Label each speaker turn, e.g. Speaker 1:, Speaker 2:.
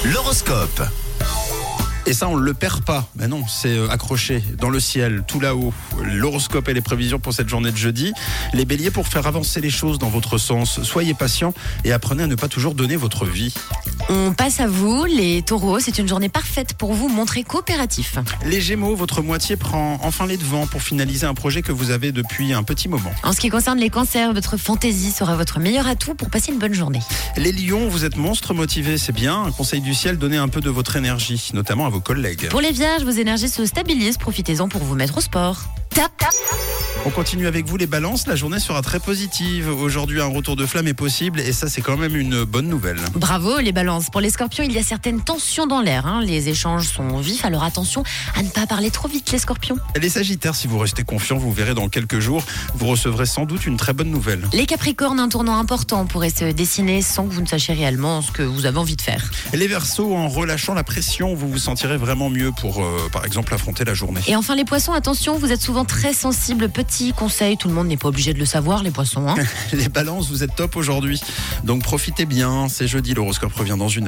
Speaker 1: L'horoscope.
Speaker 2: Et ça, on ne le perd pas. Mais non, c'est accroché dans le ciel, tout là-haut. L'horoscope et les prévisions pour cette journée de jeudi. Les béliers, pour faire avancer les choses dans votre sens, soyez patients et apprenez à ne pas toujours donner votre vie.
Speaker 3: On passe à vous, les taureaux. C'est une journée parfaite pour vous montrer coopératif.
Speaker 2: Les gémeaux, votre moitié prend enfin les devants pour finaliser un projet que vous avez depuis un petit moment.
Speaker 3: En ce qui concerne les cancers, votre fantaisie sera votre meilleur atout pour passer une bonne journée.
Speaker 2: Les lions, vous êtes monstres motivés, c'est bien. Un conseil du ciel, donnez un peu de votre énergie, notamment à vos collègues.
Speaker 3: Pour les vierges, vos énergies se stabilisent. Profitez-en pour vous mettre au sport. Tap, tap.
Speaker 2: On continue avec vous les balances, la journée sera très positive. Aujourd'hui, un retour de flamme est possible et ça, c'est quand même une bonne nouvelle.
Speaker 3: Bravo les balances. Pour les scorpions, il y a certaines tensions dans l'air. Les échanges sont vifs, alors attention à ne pas parler trop vite les scorpions.
Speaker 2: Les sagittaires, si vous restez confiants, vous verrez dans quelques jours, vous recevrez sans doute une très bonne nouvelle.
Speaker 3: Les capricornes, un tournant important pourrait se dessiner sans que vous ne sachiez réellement ce que vous avez envie de faire.
Speaker 2: Les verseaux, en relâchant la pression, vous vous sentirez vraiment mieux pour, par exemple, affronter la journée.
Speaker 3: Et enfin les poissons, attention, vous êtes souvent très sensibles. Petit conseil, tout le monde n'est pas obligé de le savoir, les poissons.
Speaker 2: Les balances, vous êtes top aujourd'hui. Donc profitez bien, c'est jeudi, l'horoscope revient dans une